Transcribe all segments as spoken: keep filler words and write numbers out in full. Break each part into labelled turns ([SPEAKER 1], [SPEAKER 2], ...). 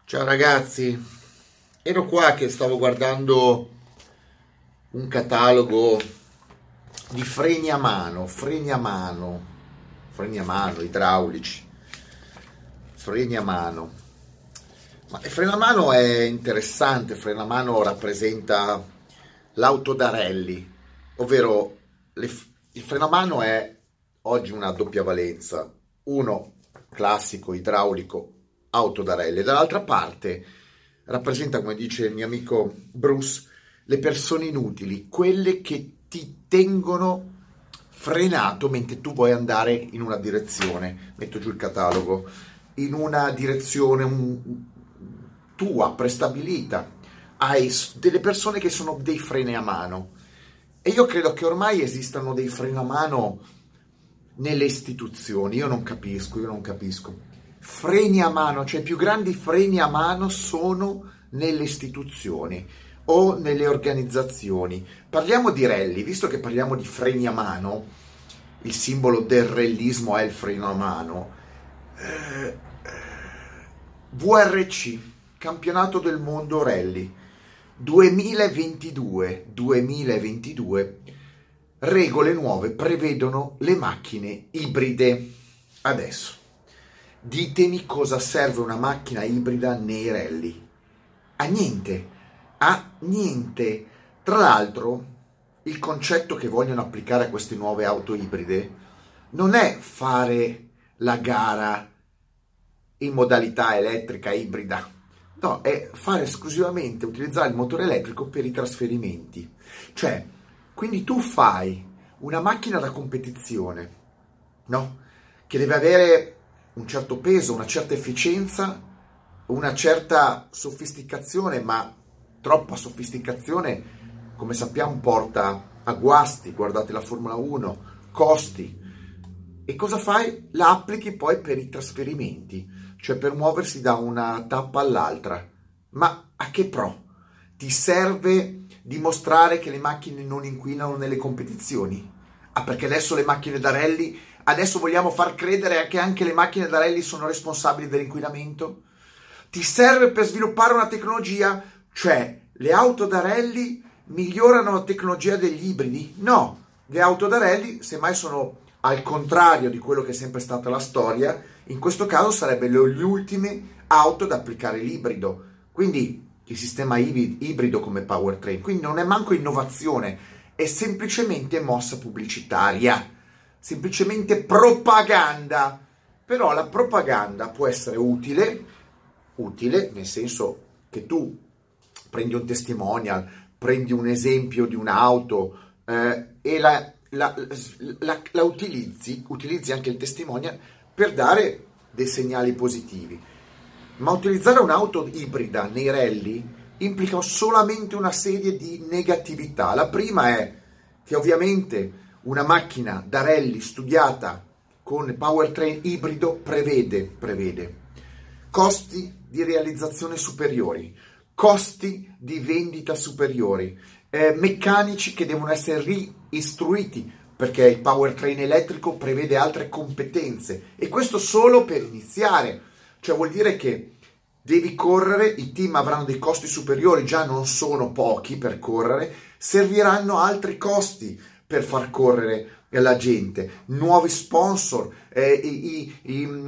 [SPEAKER 1] Ciao ragazzi, ero qua che stavo guardando un catalogo di freni a mano, freni a mano, freni a mano idraulici, freni a mano. Ma il freno a mano è interessante, il freno a mano rappresenta l'auto da rally, ovvero le- il freno a mano è oggi una doppia valenza, uno classico idraulico auto da rally, e dall'altra parte rappresenta, come dice il mio amico Bruce, le persone inutili, quelle che ti tengono frenato mentre tu vuoi andare in una direzione, metto giù il catalogo, in una direzione un- tua, prestabilita. Hai s- delle persone che sono dei freni a mano. E io credo che ormai esistano dei freni a mano nelle istituzioni. Io non capisco, io non capisco. Freni a mano, cioè i più grandi freni a mano sono nelle istituzioni o nelle organizzazioni. Parliamo di rally, visto che parliamo di freni a mano, il simbolo del rallismo è il freno a mano. Eh, V R C, campionato del mondo rally, duemilaventidue, duemilaventidue, regole nuove prevedono le macchine ibride. Adesso, ditemi cosa serve una macchina ibrida nei rally. A niente, a niente. Tra l'altro, il concetto che vogliono applicare a queste nuove auto ibride non è fare la gara in modalità elettrica ibrida, no, è fare esclusivamente utilizzare il motore elettrico per i trasferimenti. Cioè, quindi tu fai una macchina da competizione, no? Che deve avere un certo peso, una certa efficienza, una certa sofisticazione, ma troppa sofisticazione, come sappiamo, porta a guasti. Guardate la Formula uno, costi. E cosa fai? La applichi poi per i trasferimenti, cioè per muoversi da una tappa all'altra. Ma a che pro? Ti serve dimostrare che le macchine non inquinano nelle competizioni? Ah, perché adesso le macchine da rally, adesso vogliamo far credere che anche le macchine da rally sono responsabili dell'inquinamento? Ti serve per sviluppare una tecnologia? Cioè, le auto da rally migliorano la tecnologia degli ibridi? No, le auto da rally, semmai sono al contrario di quello che è sempre stata la storia, in questo caso sarebbero le ultime auto ad applicare l'ibrido, quindi il sistema ibrido come powertrain, quindi non è manco innovazione, è semplicemente mossa pubblicitaria, semplicemente propaganda. Però la propaganda può essere utile, utile nel senso che tu prendi un testimonial, prendi un esempio di un'auto eh, e la La, la, la utilizzi, utilizzi anche il testimonial per dare dei segnali positivi. Ma utilizzare un'auto ibrida nei rally implica solamente una serie di negatività. La prima è che ovviamente una macchina da rally studiata con powertrain ibrido prevede, prevede costi di realizzazione superiori, costi di vendita superiori, eh, meccanici che devono essere riistruiti perché il powertrain elettrico prevede altre competenze, e questo solo per iniziare, cioè vuol dire che devi correre, i team avranno dei costi superiori, già non sono pochi per correre, serviranno altri costi per far correre la gente, nuovi sponsor, eh, i, i,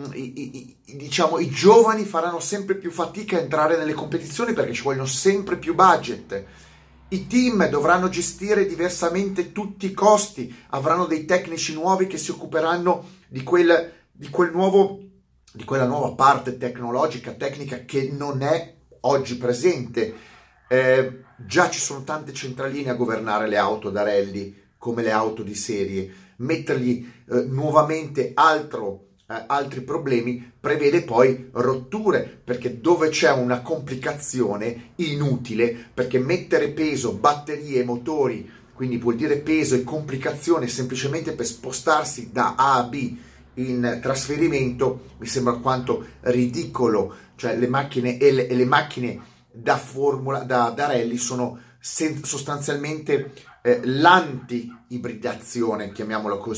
[SPEAKER 1] i, i, diciamo i giovani faranno sempre più fatica a entrare nelle competizioni perché ci vogliono sempre più budget. I team dovranno gestire diversamente tutti i costi, avranno dei tecnici nuovi che si occuperanno di quel, di quel nuovo, di quella nuova parte tecnologica, tecnica che non è oggi presente. Eh, già ci sono tante centraline a governare le auto da rally come le auto di serie. Mettergli eh, nuovamente altro Eh, altri problemi prevede poi rotture, perché dove c'è una complicazione inutile, perché mettere peso, batterie, motori, quindi vuol dire peso e complicazione semplicemente per spostarsi da A a B in trasferimento, mi sembra alquanto ridicolo. Cioè le macchine e le, e le macchine da formula da, da rally sono sen- sostanzialmente eh, l'anti-ibridazione, chiamiamola così.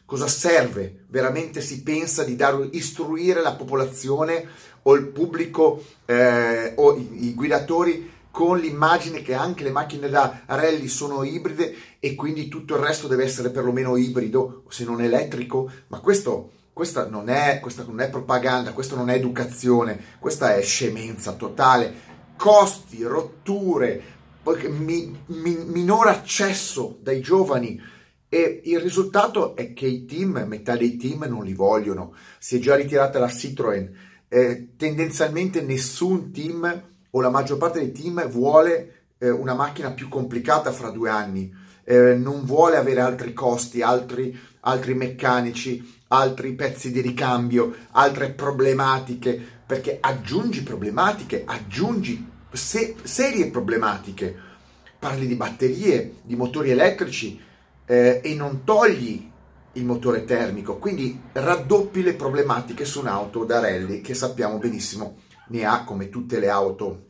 [SPEAKER 1] Cosa serve? Veramente si pensa di dare, istruire la popolazione o il pubblico eh, o i, i guidatori con l'immagine che anche le macchine da rally sono ibride e quindi tutto il resto deve essere perlomeno ibrido, se non elettrico? Ma questo, questa, non è, questa non è propaganda, questa non è educazione, questa è scemenza totale. Costi, rotture, mi, mi, minore accesso dai giovani. E il risultato è che i team, metà dei team non li vogliono. Si è già ritirata la Citroën. Eh, tendenzialmente nessun team o la maggior parte dei team vuole eh, una macchina più complicata fra due anni. Eh, non vuole avere altri costi, altri, altri meccanici, altri pezzi di ricambio, altre problematiche, perché aggiungi problematiche, aggiungi se- serie problematiche. Parli di batterie, di motori elettrici, Eh, e non togli il motore termico, quindi raddoppi le problematiche su un'auto da rally che sappiamo benissimo ne ha come tutte le auto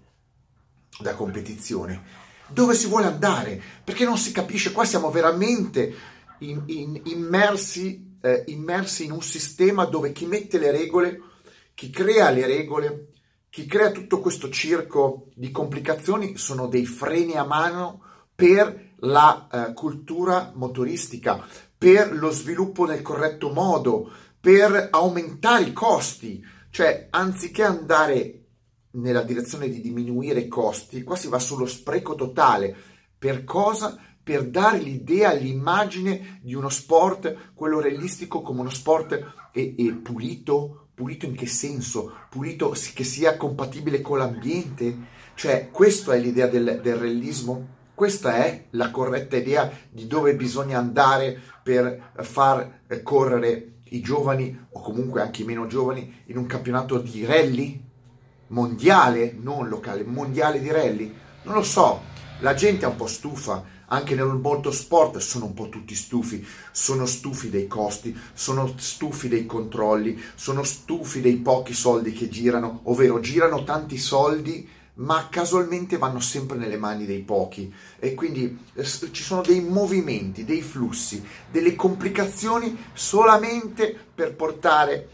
[SPEAKER 1] da competizione. Dove si vuole andare? Perché non si capisce, qua siamo veramente in, in, immersi, eh, immersi in un sistema dove chi mette le regole, chi crea le regole, chi crea tutto questo circo di complicazioni sono dei freni a mano per la eh, cultura motoristica, per lo sviluppo nel corretto modo, per aumentare i costi. Cioè, anziché andare nella direzione di diminuire i costi, qua si va sullo spreco totale. Per cosa? Per dare l'idea, l'immagine di uno sport, quello realistico, come uno sport e, e pulito. Pulito in che senso? Pulito che sia compatibile con l'ambiente? Cioè, questa è l'idea del, del realismo? Questa è la corretta idea di dove bisogna andare per far correre i giovani o comunque anche i meno giovani in un campionato di rally mondiale, non locale, mondiale di rally? Non lo so, la gente è un po' stufa, anche nel motorsport sono un po' tutti stufi, sono stufi dei costi, sono stufi dei controlli, sono stufi dei pochi soldi che girano, ovvero girano tanti soldi ma casualmente vanno sempre nelle mani dei pochi e quindi eh, ci sono dei movimenti, dei flussi, delle complicazioni solamente per portare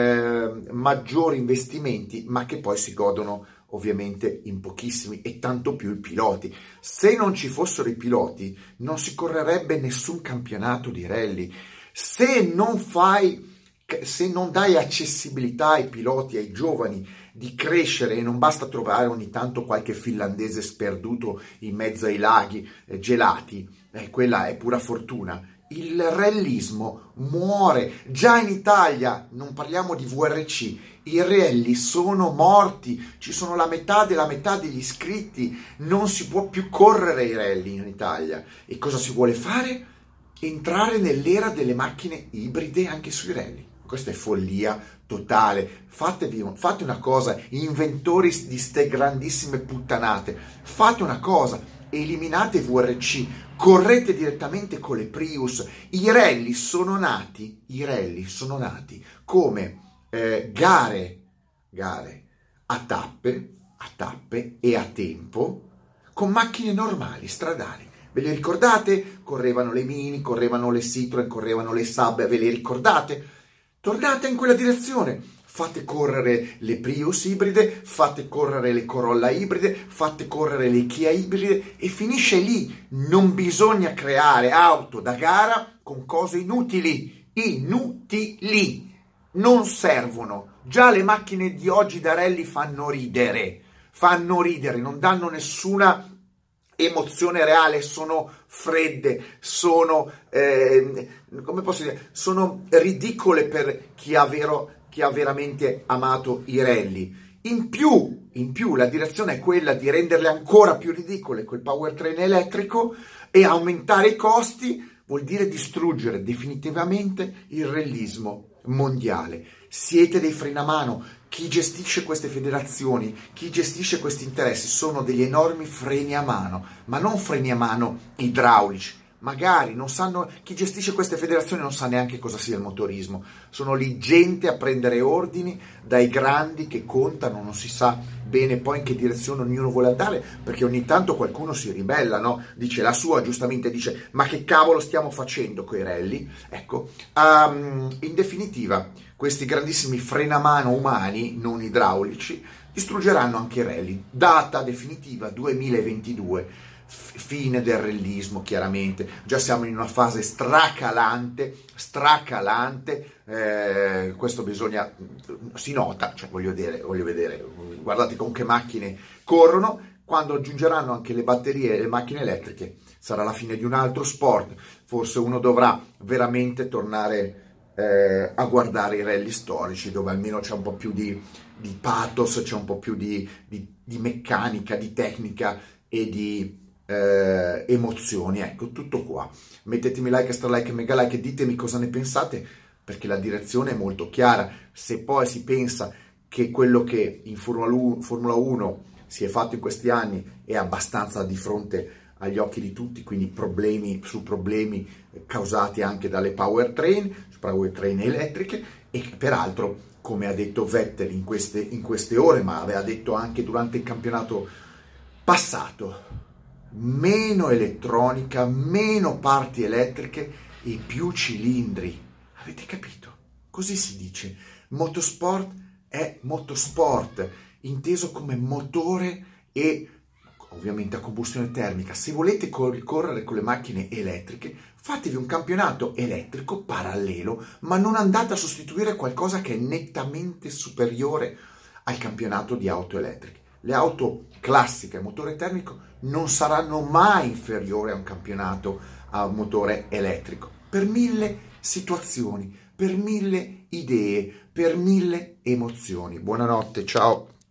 [SPEAKER 1] eh, maggiori investimenti, ma che poi si godono ovviamente in pochissimi e tanto più i piloti. Se non ci fossero i piloti non si correrebbe nessun campionato di rally. Se non fai, se non dai accessibilità ai piloti, ai giovani, di crescere e non basta trovare ogni tanto qualche finlandese sperduto in mezzo ai laghi eh, gelati, eh, quella è pura fortuna. Il rallismo muore. Già in Italia, non parliamo di V R C, i rally sono morti, ci sono la metà della metà degli iscritti, non si può più correre i rally in Italia. E cosa si vuole fare? Entrare nell'era delle macchine ibride anche sui rally. Questa è follia totale. Fatevi, fate una cosa, inventori di ste grandissime puttanate, fate una cosa, eliminate i V R C, correte direttamente con le Prius. I rally sono nati, i rally sono nati come eh, gare, gare a tappe, a tappe e a tempo, con macchine normali, stradali. Ve le ricordate? Correvano le Mini, correvano le Citroën, correvano le Saab, ve le ricordate? Tornate in quella direzione, fate correre le Prius ibride, fate correre le Corolla ibride, fate correre le Kia ibride e finisce lì. Non bisogna creare auto da gara con cose inutili, inutili, non servono. Già le macchine di oggi da rally fanno ridere, fanno ridere, non danno nessuna emozione reale, sono fredde, sono, eh, come posso dire, sono ridicole per chi ha, vero, chi ha veramente amato i rally. In più, in più, la direzione è quella di renderle ancora più ridicole quel powertrain elettrico e aumentare i costi, vuol dire distruggere definitivamente il rallismo mondiale. Siete dei frenamano. Chi gestisce queste federazioni, chi gestisce questi interessi sono degli enormi freni a mano, ma non freni a mano idraulici, magari non sanno, chi gestisce queste federazioni non sa neanche cosa sia il motorismo, sono lì gente a prendere ordini dai grandi che contano, non si sa bene poi in che direzione ognuno vuole andare, perché ogni tanto qualcuno si ribella, no? Dice la sua, giustamente dice, ma che cavolo stiamo facendo coi rally? Ecco, um, in definitiva, questi grandissimi frenamano umani, non idraulici, distruggeranno anche i rally. Data definitiva duemilaventidue, fine del rallismo, chiaramente. Già siamo in una fase stracalante, stracalante, eh, questo bisogna, si nota, cioè voglio vedere, voglio vedere, guardate con che macchine corrono, quando aggiungeranno anche le batterie e le macchine elettriche, sarà la fine di un altro sport, forse uno dovrà veramente tornare eh, a guardare i rally storici, dove almeno c'è un po' più di, di pathos, c'è un po' più di, di, di meccanica, di tecnica e di Eh, emozioni. Ecco, tutto qua. Mettetemi like, stra like e mega like e ditemi cosa ne pensate, perché la direzione è molto chiara. Se poi si pensa che quello che in Formula uno si è fatto in questi anni è abbastanza di fronte agli occhi di tutti, quindi problemi su problemi causati anche dalle powertrain, powertrain elettriche, e peraltro, come ha detto Vettel in queste, in queste ore, ma aveva detto anche durante il campionato passato, meno elettronica, meno parti elettriche e più cilindri. Avete capito? Così si dice. Motorsport è motorsport, inteso come motore e ovviamente a combustione termica. Se volete correre con le macchine elettriche, fatevi un campionato elettrico parallelo, ma non andate a sostituire qualcosa che è nettamente superiore al campionato di auto elettriche. Le auto classiche a motore termico non saranno mai inferiori a un campionato a motore elettrico, per mille situazioni, per mille idee, per mille emozioni. Buonanotte, ciao!